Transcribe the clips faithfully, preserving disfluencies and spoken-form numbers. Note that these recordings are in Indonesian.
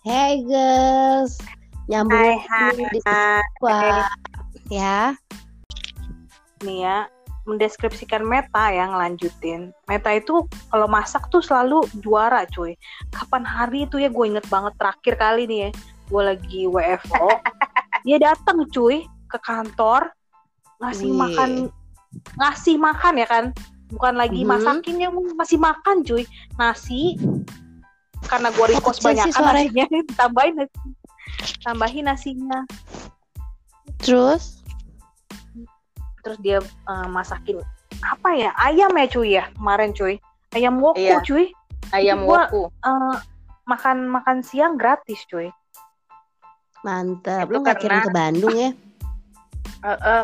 Hey guys, nyambung Hai, lagi di hai. gua ya. Nih ya, mendeskripsikan Meta yang ngelanjutin. Meta itu kalau masak tuh selalu juara cuy. Kapan hari itu ya, gue inget banget terakhir kali nih ya, gue lagi W F O. Dia datang cuy ke kantor, ngasih Wih. makan, ngasih makan ya kan. Bukan lagi Mhm. masakin, ya masih makan cuy. Nasi, karena gue repost Kecil banyak sih kan suaranya. nasinya, tambahin nasi, tambahin nasinya. Terus Terus dia uh, masakin apa ya, ayam ya cuy ya kemarin cuy, ayam woku Iya. cuy. Ayam Gua- woku. Uh, makan makan siang gratis cuy. mantap, Itu lu nggak kirim karena- ke Bandung ya? Uh, uh,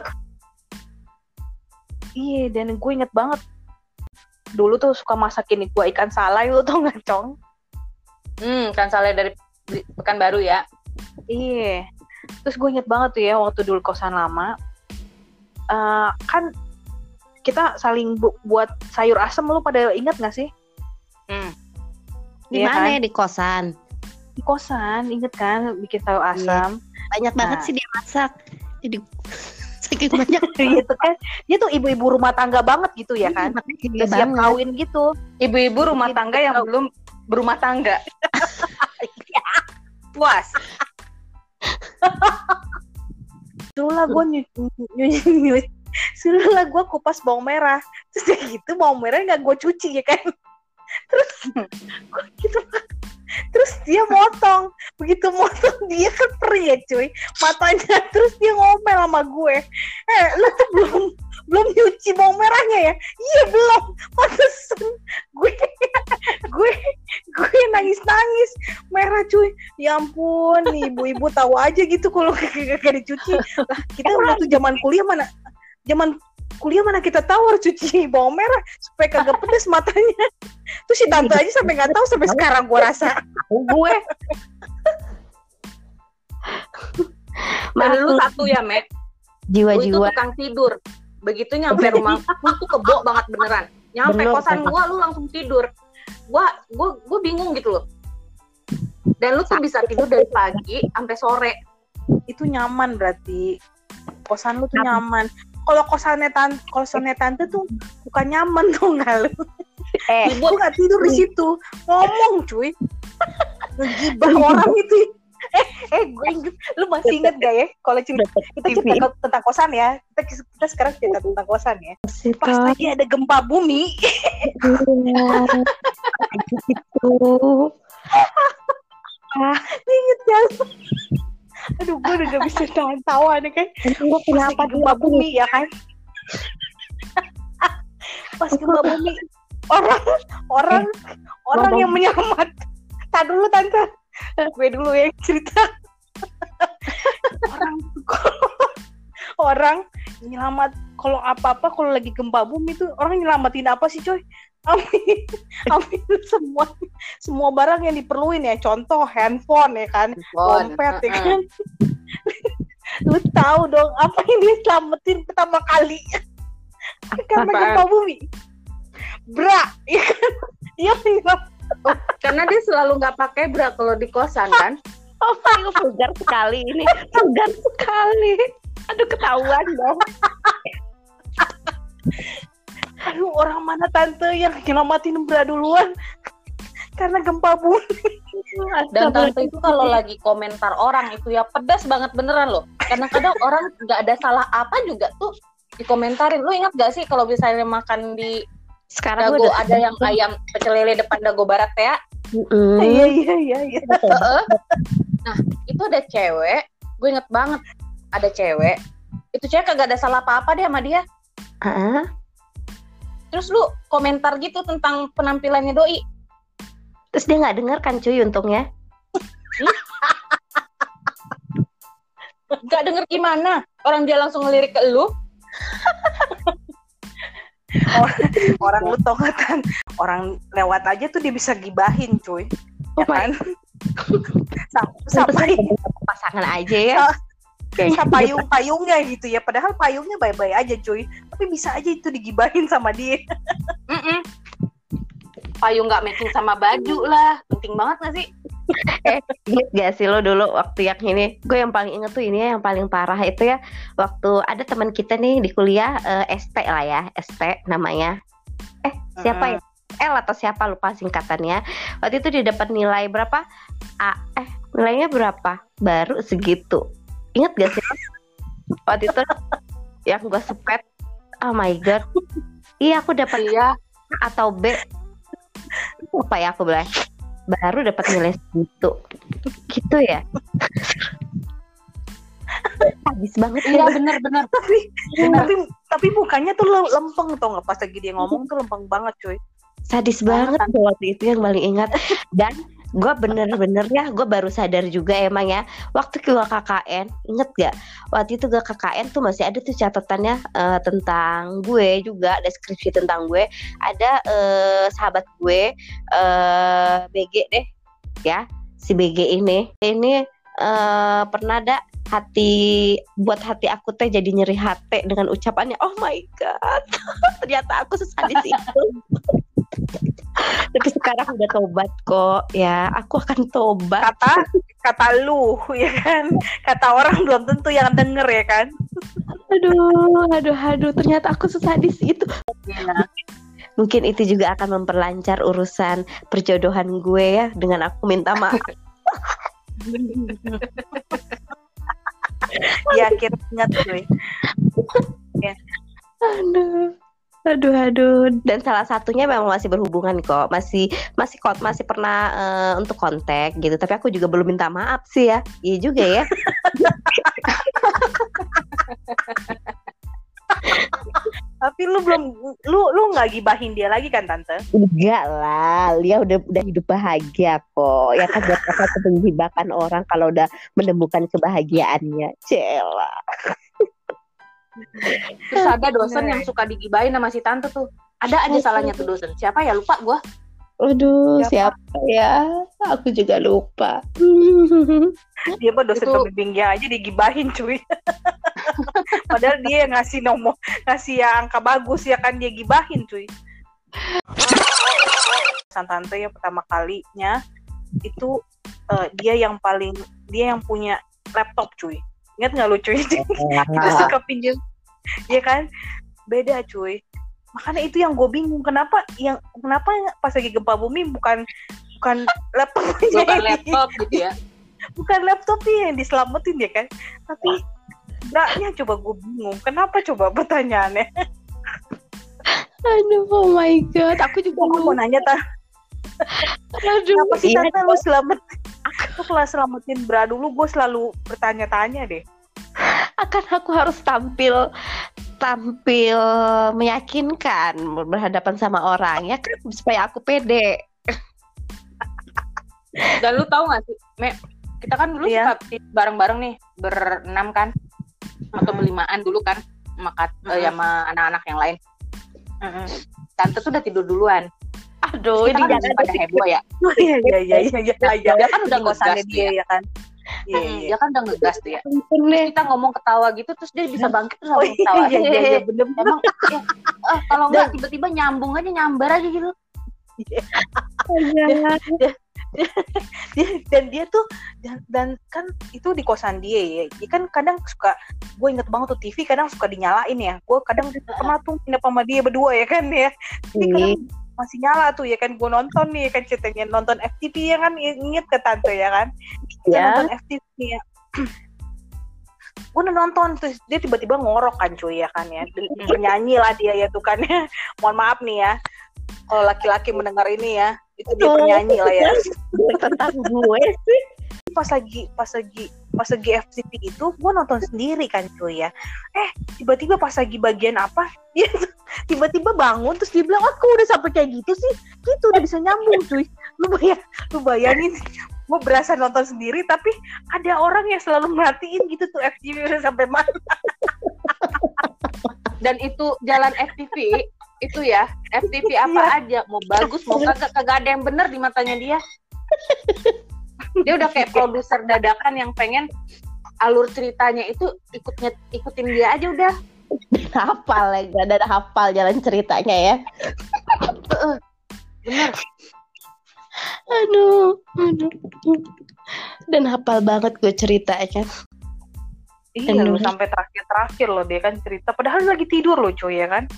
Iya, dan gue inget banget dulu tuh suka masakin gue ikan salai, lu tau nggak Cong? hmm, kan saleh dari Pekanbaru ya. Iya. Terus gue inget banget tuh ya waktu dulu kosan lama, uh, kan kita saling bu- buat sayur asem, lu pada inget nggak sih? Hmm. Di Iya mana kan? ya, di kosan? Di kosan, inget kan bikin sayur asam? Banyak banget Nah. sih dia masak. Jadi saking banyak Gitu kan, dia tuh ibu-ibu rumah tangga banget gitu ya kan, makanya gede udah siap banget. kawin gitu. Ibu-ibu rumah Bikin tangga yang tahu. belum berumah tangga. Puas. Suruh lah gue nyuci, suruh lah gue kupas bawang merah, terus dia gitu bawang merah nggak gue cuci ya kan, terus gue gitu, terus dia motong, begitu motong dia kan perih ya cuy matanya, terus dia ngomel sama gue, eh lu tuh belum belum nyuci bawang merahnya ya? Iya belum, pantesan gue gue gue nangis nangis merah cuy. Ya ampun, ibu-ibu tahu aja gitu kalau kagak dicuci. Lah kita waktu zaman kuliah mana, zaman kuliah mana kita tahu harus cuci bawang merah supaya kagak pedes matanya. Terus si tante aja sampai nggak tahu sampai sekarang gue rasa. Gue. Dan lu satu ya, Mek. Lu itu Jiwa-jiwa. tukang tidur. Begitu nyampe rumah, lu tuh kebo banget beneran. Nyampe Bener. kosan gua, lu langsung tidur. Gua, gua, gua bingung gitu loh. Dan lu tuh bisa tidur dari pagi sampai sore. Itu nyaman berarti. Kosan lu tuh nyaman. Kalau kosannya tante, kosannya tante tuh bukan nyaman tuh nggak lu. Eh, Gue nggak tidur di situ, ngomong cuy, ngegibah orang itu. Eh, eh gue inget, lu masih inget gak ya? Kalau cerita kita cerita tentang kosan ya, kita kita sekarang cerita tentang kosan ya. Pas lagi ada gempa bumi, gitu. inget kan? Aduh, gue udah gak bisa tahan tawa nih kan. Gue Pas lagi gempa bumi ya kan? Pas gempa bumi, orang orang orang yang menyelamat. Tadi dulu tante, gue dulu yang cerita. orang orang nyelamat kalau apa-apa, kalau lagi gempa bumi tuh orang nyelamatin apa sih coy? Ambil, ambil semua semua barang yang diperluin ya, contoh handphone ya kan, dompet ya kan. Lu tahu dong apa yang dia selamatin pertama kali karena Apaan? gempa bumi? Bra, ya kan? Dia menyelamatkan. Oh, karena dia selalu nggak pakai bra kalau di kosan kan. Oh my god, vulgar sekali ini. Vulgar sekali. Aduh, ketahuan dong. Aduh, orang mana tante yang nyelamatin bra duluan karena gempa bumi. Dan tante itu kalau lagi komentar orang itu ya pedas banget beneran loh. Kadang-kadang orang nggak ada salah apa juga tuh dikomentarin. Lu ingat gak sih kalau misalnya makan di Sekarang Dago ada yang ayam pecel lele depan Dago Barat ya? Iya iya iya iya. Nah itu ada cewek, gue inget banget ada cewek. Itu cewek kagak ada salah apa-apa deh sama dia. Heeh. Terus lu komentar gitu tentang penampilannya doi. Terus dia nggak denger kan cuy untungnya. Gak denger gimana? Orang dia langsung ngelirik ke lu. Orang, orang lu tau gak kan, orang lewat aja tuh dia bisa gibahin cuy, ya Oh my- kan? Sampai Pasangan aja ya. sama payung-payungnya gitu ya, padahal payungnya baik-baik aja cuy, tapi bisa aja itu digibahin sama dia. Mm-mm. Payung gak matching sama baju lah. Penting banget gak sih? Eh, inget gak sih lo dulu waktu yang ini? Gue yang paling inget tuh ini ya, yang paling parah itu ya. Waktu ada teman kita nih di kuliah, eh, S T lah ya, S T namanya. Eh, siapa ya? L atau siapa, lupa singkatannya. Waktu itu dia dapat nilai berapa? A, eh nilainya berapa? Baru segitu. Ingat gak sih? Waktu itu yang gue sepet. Oh my god. Iya, aku dapat Iya. A atau B. Apa ya aku bilang? Baru dapat nilai segitu. Gitu ya. Habis banget. Iya benar-benar. tapi Benar. tapi tapi mukanya tuh le- lempeng tau nggak, pas lagi dia ngomong tuh lempeng banget cuy. Sadis banget Banget. gue waktu itu yang paling ingat. Dan gue bener-bener ya, gue baru sadar juga emang ya, waktu gue K K N, inget gak? Waktu itu gue K K N tuh masih ada tuh catatannya eh, tentang gue juga, deskripsi tentang gue. Ada eh, sahabat gue, eh, B G deh, ya, si B G ini. Ini eh, pernah ada hati, buat hati aku teh jadi nyeri hati dengan ucapannya, oh my god, ternyata aku sesadis itu. Tapi sekarang udah tobat kok ya, aku akan tobat. Kata kata lu ya kan, kata orang belum tentu yang denger ya kan. Aduh, aduh, aduh, ternyata aku sesadis itu. Iya. Mungkin itu juga akan memperlancar urusan perjodohan gue ya, dengan aku minta maaf. Ya akhirnya ingat cuy. Aduh. Aduh, aduh, dan salah satunya memang masih berhubungan kok, masih masih kok masih pernah eh, untuk kontak gitu. Tapi aku juga belum minta maaf sih ya, iya juga ya. Tapi lu belum, lu lu nggak gibahin dia lagi kan tante? Enggak lah, dia udah udah hidup bahagia kok. Ya kan, buat apa tuh menghibahkan orang kalau udah menemukan kebahagiaannya, Cela. Terus ada dosen yang suka digibahin sama si tante tuh. Ada aja salahnya tuh dosen. Siapa ya, lupa gue. Aduh, Siapa? siapa ya? Aku juga lupa. Dia mah dosen Itu- pembimbingnya aja digibahin cuy. Padahal dia yang ngasih nomor, ngasih yang angka bagus ya kan, dia gibahin cuy. San tante yang pertama kalinya itu eh, dia yang paling, dia yang punya laptop cuy. Ingat nggak lu cuy? Kita suka pinjam, ya kan? Beda cuy. Makanya itu yang gue bingung, kenapa yang kenapa pas lagi gempa bumi bukan bukan laptopnya, Bukan yang- laptop gitu ya. bukan laptopnya yang diselamatin ya kan? Tapi enggaknya, coba gue bingung. Kenapa coba pertanyaannya? Aduh, oh my god, aku juga Gue mau nanya tak, Aduh, kenapa sih iya, tante lu selamat? Aku kalau selamatin bra dulu, gue selalu bertanya-tanya deh. akan aku harus tampil tampil meyakinkan berhadapan sama orang ya kan, supaya aku pede. Dan lu tahu gak sih, Me, kita kan dulu Iya. suka tidur bareng-bareng nih, berenam kan, atau Mm-mm. berlimaan dulu kan, sama, kat- eh, Mm-mm. sama anak-anak yang lain. Mm-mm. Tante tuh udah tidur duluan. Aduh, Kita ini kan jangan masih pada heboh ya. Oh iya iya iya iya iya. iya. Dia kan udah Di kosannya ngegas dia dia. ya kan. Iya Mm, iya. Dia kan udah ngegas tuh ya. ampun deh. Kita ngomong ketawa gitu, terus dia bisa bangkit terus Oh langsung ketawa. iya iya iya bener bener. Emang ya, eh, kalau nggak tiba-tiba nyambung aja, nyambar aja gitu. Dia, dan dia tuh dan, dan kan itu di kosan dia ya. Dia kan kadang suka, gue inget banget tuh T V kadang suka dinyalain ya. Gue kadang pernah tuh nginep sama dia berdua ya kan ya. Tapi kadang masih nyala tuh ya kan, gue nonton nih kan ceritanya, nonton F T V ya kan, inget ke tante ya kan. Kita Ya. nonton F T V ya. Gue udah nonton terus dia tiba-tiba ngorok kan cuy ya kan ya. Bernyanyi lah dia ya tuh kan ya. Mohon maaf nih ya, kalau laki-laki mendengar ini ya, itu dia Oh. bernyanyi lah ya. Tentang gue sih. Pas lagi pas lagi pas lagi F T V itu gue nonton sendiri kan cuy ya. Eh tiba-tiba pas lagi bagian apa, dia tuh tiba-tiba bangun terus dia bilang, oh kok udah sampai kayak gitu sih, gitu udah bisa nyambung cuy. Lu bayang, lu bayangin, gue berasa nonton sendiri tapi ada orang yang selalu merhatiin gitu tuh F T V udah sampai mana. Dan itu jalan F T V itu ya, F T V apa aja, mau bagus mau kagak, kagak ada yang bener di matanya dia. Dia udah kayak produser dadakan yang pengen alur ceritanya itu ikutnya ikutin dia aja udah. Hafal ya, gak ada hafal jalan ceritanya ya. Bener. Aduh, aduh. Dan hafal banget gue ceritanya. Iya Aduh. lo sampai terakhir-terakhir loh dia kan cerita. Padahal lagi tidur loh cuy ya kan.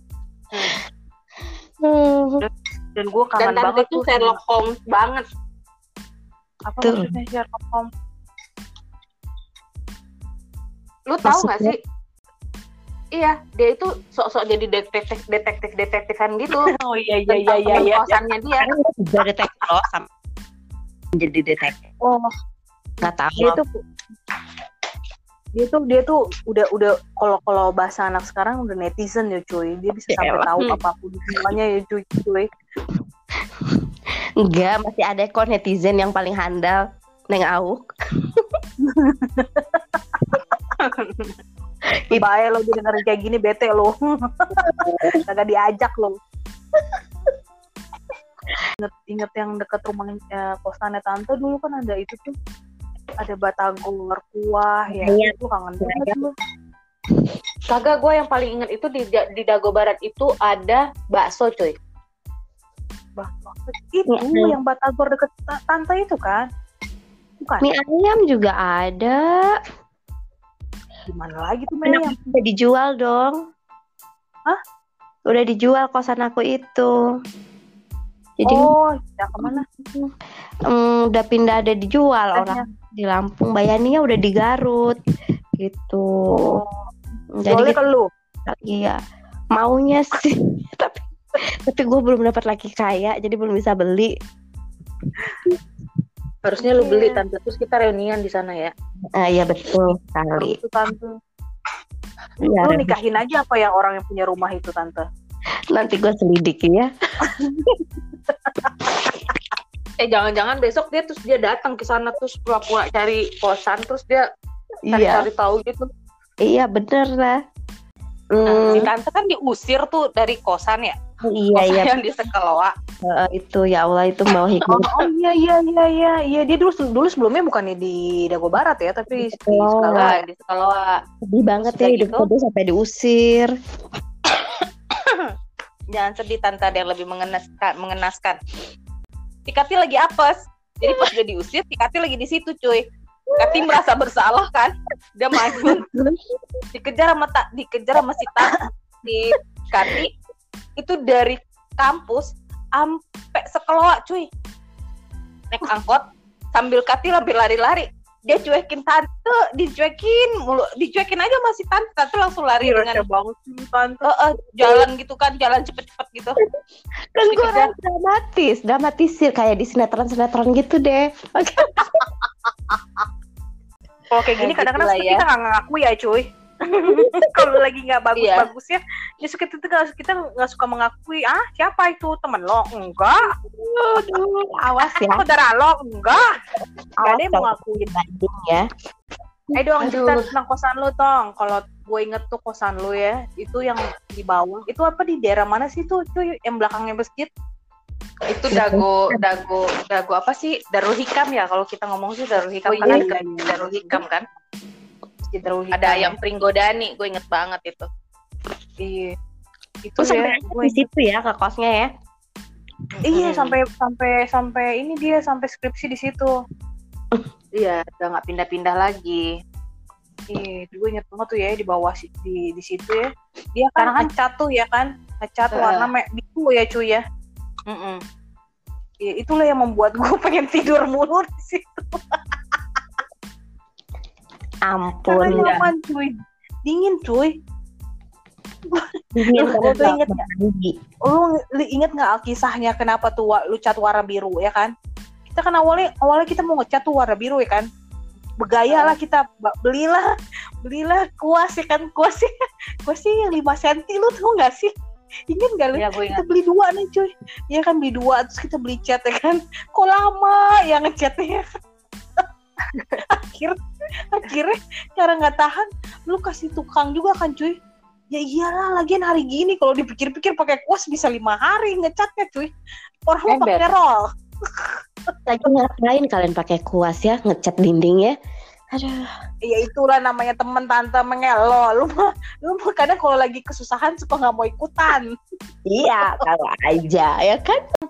Hmm. Dan, dan gue Dan kangen tante banget itu tuh. Sherlock Holmes banget. Apa Tuh. maksudnya Sherlock Holmes? Lu tahu nggak Maksudnya? sih? Iya, dia itu sok-sok jadi detektif detektif detektifan gitu. Oh iya iya Tentang iya iya. teman iya. kosannya dia. Sekarang gue juga detektif loh, sama jadi detektif. Oh, Nggak tahu. dia tuh dia tuh dia tuh udah udah kalau kalau bahasa anak sekarang udah netizen ya cuy. Dia bisa sampai Yaelah. tahu Hmm. apapun semuanya ya cuy cuy. Enggak, masih ada kok netizen yang paling handal, Neng Auk. Bahaya lo dengerin kayak gini bete lo. Kagak diajak lo. Ingat inget yang dekat rumah eh, kosannya tante dulu kan ada itu tuh. Ada batagor kuah ya. Iya. Itu kangen banget lo. Kagak, gue yang paling inget itu di di Dago Barat itu ada bakso cuy. Bah, itu Iya. yang batagor deket ta- tante itu kan? Bukan. Mie ayam juga ada. Gimana lagi tuh Mel yang Udah dijual dong. Hah? Udah dijual kosan aku itu. Jadi oh, ya kemana? mm, udah pindah, ada dijual Kayaknya. orang di Lampung. Bayaninya udah di Garut gitu. Oh, Jadi boleh kita, ke lu? iya maunya sih, tapi tapi gue belum dapat laki kaya, jadi belum bisa beli. Harusnya lu Oke. beli tante, terus kita reunian di sana ya. Ah iya betul sekali. Itu tante. Iya, Lu nikahin aja apa yang orang yang punya rumah itu tante. nanti gue selidiki ya. Eh jangan-jangan besok dia terus dia datang ke sana terus pura-pura cari kosan terus dia Iya, cari tahu gitu. iya bener lah. Nah, si Hmm, tante kan diusir tuh dari kosan ya. iya Kosan iya yang di Sekeloa. Eh, itu ya Allah itu mau Oh, hikmah. oh iya iya iya iya iya dia dulu dulu sebelumnya bukannya di Dago Barat ya tapi di Oh, Sekeloa. Nah, di Sekeloa. Sedih banget ya Sudah hidup gitu. gue sampai diusir. Jangan sedih tante, ada yang lebih mengenaskan. mengenaskan. Tikati lagi apes. Jadi pas dia diusir, Tikati lagi di situ cuy. Tikati merasa bersalah kan. Dia maju. Dikejar sama tak dikejar sama si tak si Kati itu dari kampus sampai Sekeloa cuy. Naik angkot sambil Kati sambil lari-lari. Dia cuekin tante, dicuekin mulu, dicuekin aja masih tante, tante langsung lari Iya, dengan banget sih tante. Eh, eh, jalan gitu kan, jalan cepet-cepet gitu. Kan gue Dikejar. orang dramatis, dramatisir kayak di sinetron-sinetron gitu deh. Oke. Kalau kayak gini Ya, kadang-kadang gitulah suka ya. kita nggak ngaku ya cuy. Kalau lagi nggak bagus-bagusnya, ya suka kita nggak kita nggak suka mengakui. Ah siapa itu temen lo? Enggak. Aduh, awas ya. Saudara lo? Enggak. Gak ada yang mau Awas ngakuin. banding ya. Eh dong Aduh. cerita tentang kosan lo tong. Kalau gue inget tuh kosan lo ya, itu yang di bawah. Itu apa di daerah mana sih tuh cuy? Yang belakangnya masjid? Itu dago dago dago apa sih, Darul Hikam ya kalau kita ngomong sih Darul Hikam. Oh, Karena iya, dekat iya, iya. Darul Hikam kan. Masjid Darul Hikam. Ada ayam Pringgodani, gue inget banget itu. Iya. Itu Terus sampai ya. akhirnya Gue di situ ya ke kosnya ya. Iya Hmm. sampai sampai sampai ini dia sampai skripsi di situ. Iya, udah nggak pindah-pindah lagi. Iya, gue inget banget tuh ya di bawah si- di di situ ya. Dia karena kan cat tuh ya kan, ngecat Heeh. warna me- biru ya cuy ya. Mm-mm. Iya, itulah yang membuat gue pengen tidur mulu di situ. Ampun. Karena Iya. nyaman cuy, dingin cuy. Dingin Lu- karena lu tuh inget nggak mandi. Lu lu inget nggak Alkisahnya kenapa tuh wa- lu cat warna biru ya kan? Kita kan awalnya awalnya kita mau ngecat tuh warna biru ya kan? Bergaya lah kita ba- belilah belilah kuas ya kan kuasnya kuasnya yang lima senti lu tau nggak sih? Ingat nggak lu? Iya, gue Kita ingat. beli dua nih cuy, ya kan beli dua terus kita beli cat ya kan? Kok lama yang ngecatnya? Akhir akhirnya cara nggak tahan, lu kasih tukang juga kan cuy? Ya iyalah, lagian hari gini kalau dipikir-pikir pakai kuas bisa lima hari ngecatnya cuy. Orang mau Ember. pakai roll. Lagi ngapain kalian pakai kuas ya, ngecat dinding ya? Aduh. Ya itulah namanya temen tante mengelo. Lu mah lu mah kadang kalau lagi kesusahan suka nggak mau ikutan. Iya, kalau aja ya kan.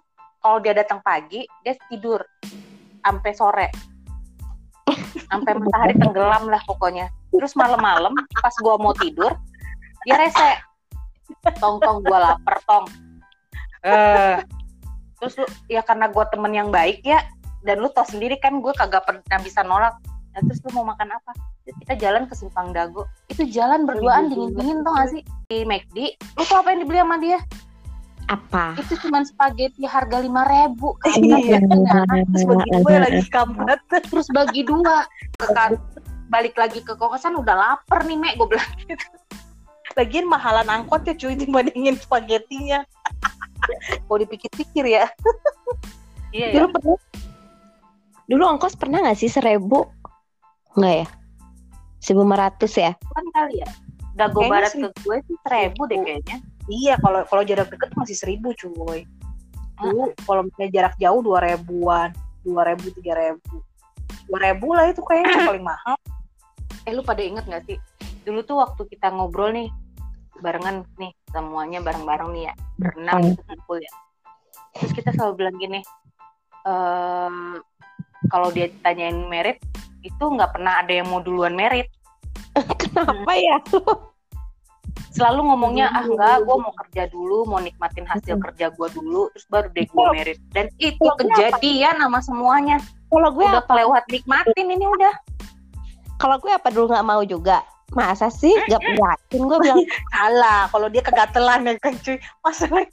kalau dia datang pagi dia tidur sampai sore, sampai matahari tenggelam lah pokoknya. Terus malam-malam pas gue mau tidur dia rese, tong tong gue lapar tong. Eh, terus lu ya karena gue temen yang baik ya, dan lu tau sendiri kan gue kagak pernah bisa nolak. Nah, terus lu mau makan apa? Kita jalan ke Simpang Dago. Itu jalan berduaan dingin-dingin tau gak sih? Di McD, lu tau apa yang dibeli sama dia? Apa? Itu cuma spaghetti harga lima ribu. Iya. Terus bagi gue lagi kambat. Terus bagi dua. Ke, balik lagi ke kokosan udah lapar nih Mek, gue bilang gitu. Lagian mahalan angkot ya cuy dibandingin spagettinya. Kalau dipikir-pikir ya. Iya Dulu ya. pernah Dulu ongkos pernah gak sih seribu? Enggak ya? Seribu lima ratus ya? Kan kali ya. Dago Kayaknya Barat sih. ke gue sih seribu deh kayaknya. Iya, kalau kalau jarak deket masih seribu cuy. Dulu kalau misalnya jarak jauh dua ribuan, dua ribu tiga ribu, dua ribu lah itu kayaknya yang paling mahal. Eh lu pada inget gak sih? Dulu tuh waktu kita ngobrol nih, barengan nih, semuanya bareng-bareng nih ya, berenam itu kumpul ya. Terus kita selalu bilang gini, ehm, kalau dia ditanyain merit, itu nggak pernah ada yang mau duluan merit. Kenapa ya? Selalu ngomongnya, ah enggak, gue mau kerja dulu, mau nikmatin hasil kerja gue dulu, terus baru deh gue merit. Dan itu kejadian sama semuanya. Kalau gue Udah apa? kelewat nikmatin ini udah. Kalau gue apa dulu nggak mau juga? Masa sih? Gak yakin gue bilang. Salah, kalau dia kegatelan ya kan cuy. Masalahnya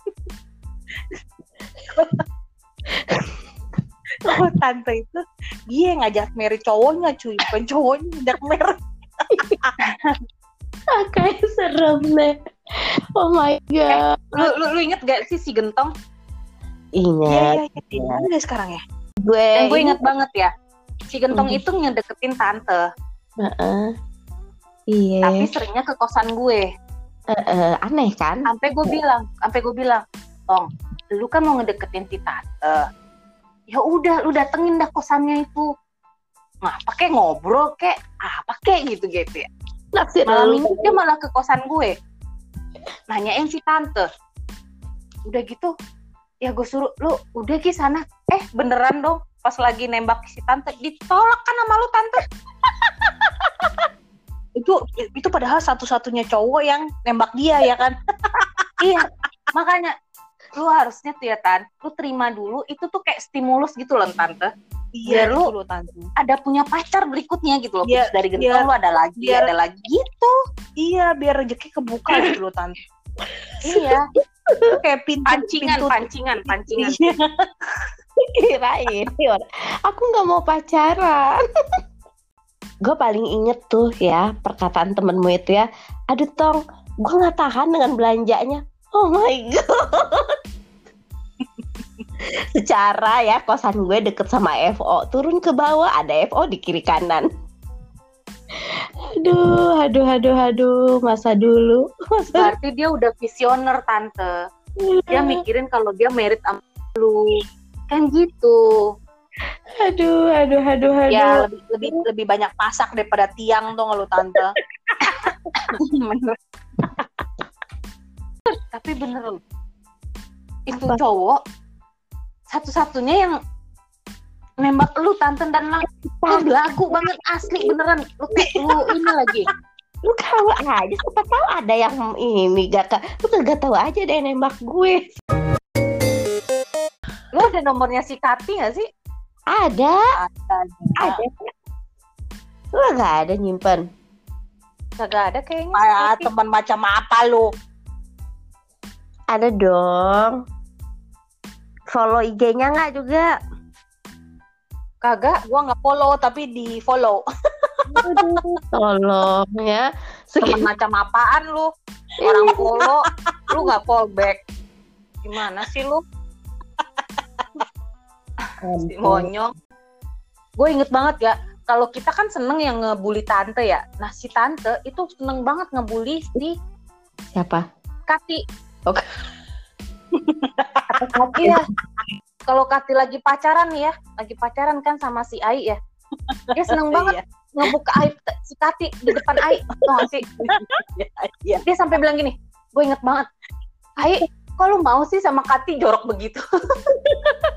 kalau tante itu dia yang ngajak merit cowoknya cuy, bukan cowoknya ngajak merit. Kayak serem deh. Oh my god. Lu, lu, lu inget gak sih si Gentong? Ingat. Iya, iya, iya. Udah sekarang ya. Gue. Dan gue inget banget ya, si Gentong Hmm. itu ngedeketin tante, Heeh. Iya. tapi seringnya ke kosan gue. Heeh, aneh kan? Sampai gue bilang, sampai gue bilang, Tong, lu kan mau ngedeketin si tante. Ya udah, lu datengin dah kosannya itu. Ngapa kek ngobrol kek, apa kek gitu-gitu ya. Naksir Malam lu. minggu dia malah ke kosan gue, nanyain si tante. Udah gitu, ya gue suruh lu udah ke sana. Eh beneran dong, pas lagi nembak si tante ditolak kan sama lu tante. Itu itu padahal satu-satunya cowok yang nembak dia ya kan. Iya, makanya lu harusnya tuh ya Tan, lu terima dulu itu tuh kayak stimulus gitu loh tante. Iya, Biar lu- lu tante. Ada punya pacar berikutnya gitu loh. Iya, Putus dari Gentong iya. lu ada lagi, Biar- ada lagi gitu. Iya, biar rezeki kebuka gitu loh tante. Iya, Itu kayak pintu pancingan, pintu. pancingan, pancingan. Iya. Kirain. Aku nggak mau pacaran. Gue paling inget tuh ya perkataan temenmu itu ya. Aduh Tong, gue nggak tahan dengan belanjanya. Oh my god. Secara ya kosan gue deket sama F O, turun ke bawah ada F O di kiri kanan. Aduh, aduh, aduh, aduh, masa dulu. Masa Berarti dia udah visioner tante. Dia mikirin kalau dia merit sama lu. Kan gitu. aduh, aduh, aduh, aduh. Ya lebih lebih lebih banyak pasak daripada tiang tuh lu tante. Bener. Tapi bener loh, itu Apa? cowok satu-satunya yang nembak lu tante dan lang lu belagu banget asli beneran. Lu kayak lu ini lagi. Lu tahu aja, siapa tahu ada yang ini gak ke, lu gak tahu aja ada yang nembak gue. Lu ada nomornya si Kati gak sih? Ada, Ada. ada. Lu gak ada nyimpen. Kagak ada kayaknya. si Kayak Kati. teman macam apa lu? Ada dong. Follow I G-nya nggak juga? Kagak. Gua nggak follow tapi di follow. Aduh, tolong ya. Temen macam apaan lu? Orang follow, lu nggak follow back. Gimana sih lu? Si monyong. Gue inget banget ya, kalau kita kan seneng yang ngebully tante ya. Nah si tante itu seneng banget ngebully si Siapa? Kati. Oke. Iya. Kalau Kati lagi pacaran nih ya, lagi pacaran kan sama si Ai ya. Dia seneng banget ngebuka aib t- si Kati di depan Ai. Tau gak sih? Iya. Dia sampai bilang gini, gue inget banget. Ai, kok lu mau sih sama Kati jorok begitu?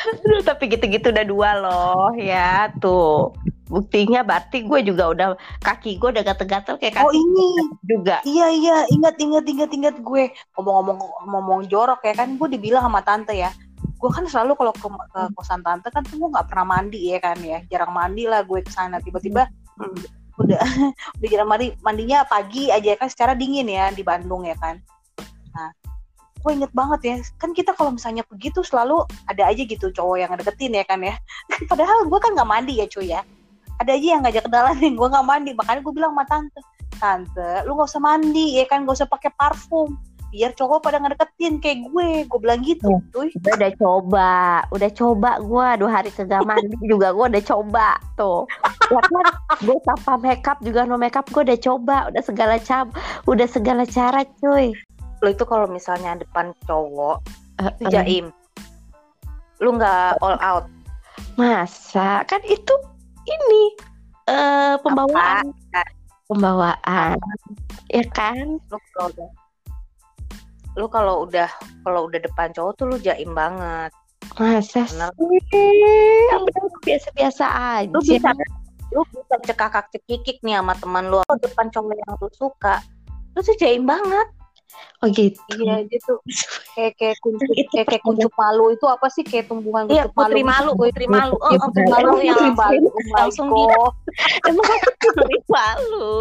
Aduh, tapi gitu-gitu udah dua loh ya tuh. Buktinya berarti gue juga udah kaki gue udah gatel-gatel kayak kaki Oh ini juga. Iya iya ingat ingat ingat ingat gue ngomong-ngomong ngomong jorok ya kan, gue dibilang sama tante ya, gue kan selalu kalau ke, ke kosan tante kan tuh gue nggak pernah mandi ya kan ya, jarang mandi lah gue kesana, tiba-tiba hmm, udah udah jarang mandi, mandinya pagi aja kan secara dingin ya di Bandung ya kan. Nah gue inget banget ya kan, kita kalau misalnya begitu selalu ada aja gitu cowok yang deketin ya kan ya. Padahal gue kan nggak mandi ya cuy ya, ada aja yang ngajak kenalan nih, gue nggak mandi, makanya gue bilang sama tante, tante lu nggak usah mandi ya kan, nggak usah pakai parfum biar cowok pada ngedeketin kayak gue gue bilang gitu tuh. Gue udah coba udah coba gue dua hari kagak mandi juga gue udah coba tuh ya kan, gue tanpa makeup juga no makeup gue udah coba, udah segala cara udah segala cara cuy. Lo itu kalau misalnya depan cowok uh, itu jaim, lu nggak all out, masa kan itu ini uh, pembawaan Apa? pembawaan ya kan. Lu kalau udah lu kalau udah kalau udah depan cowok tuh lu jaim banget. Masa Bener. sih? Biasa-biasa aja. Lu bisa lu bisa cekakak cekikik nih sama teman lu, kalau depan cowok yang lu suka lu tuh jaim banget. Oh gitu. Iya gitu. Kayak kayak kuncup kayak kayak kuncup malu itu apa sih, kayak tumbuhan kuncup malu. Putri malu, putri malu. Oh, oh, putri malu yang langsung di Emang aku putri malu.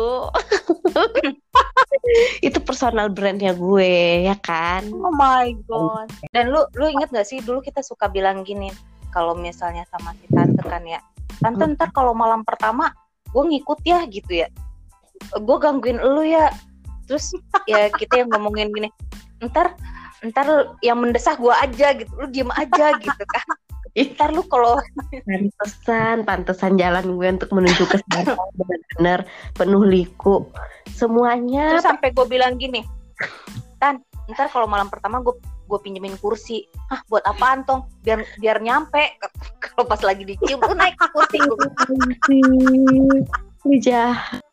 Itu personal brandnya gue ya kan. Oh my god. Dan lu lu inget gak sih dulu kita suka bilang gini, kalau misalnya sama si tante kan ya, tante ntar kalau malam pertama gue ngikut ya gitu ya, gue gangguin lu ya. Terus ya kita yang ngomongin gini, ntar ntar yang mendesah gue aja gitu, lu diem aja gitu kan. Ntar lu kalau pantesan pantesan jalan gue untuk menuju ke sana benar-benar penuh liku semuanya. Terus sampai gue bilang gini, Tan, ntar kalau malam pertama gue gue pinjemin kursi. Hah, buat apaan tong? Biar biar nyampe. Kalau pas lagi dicium lu naik ke kursi. Lu jahat.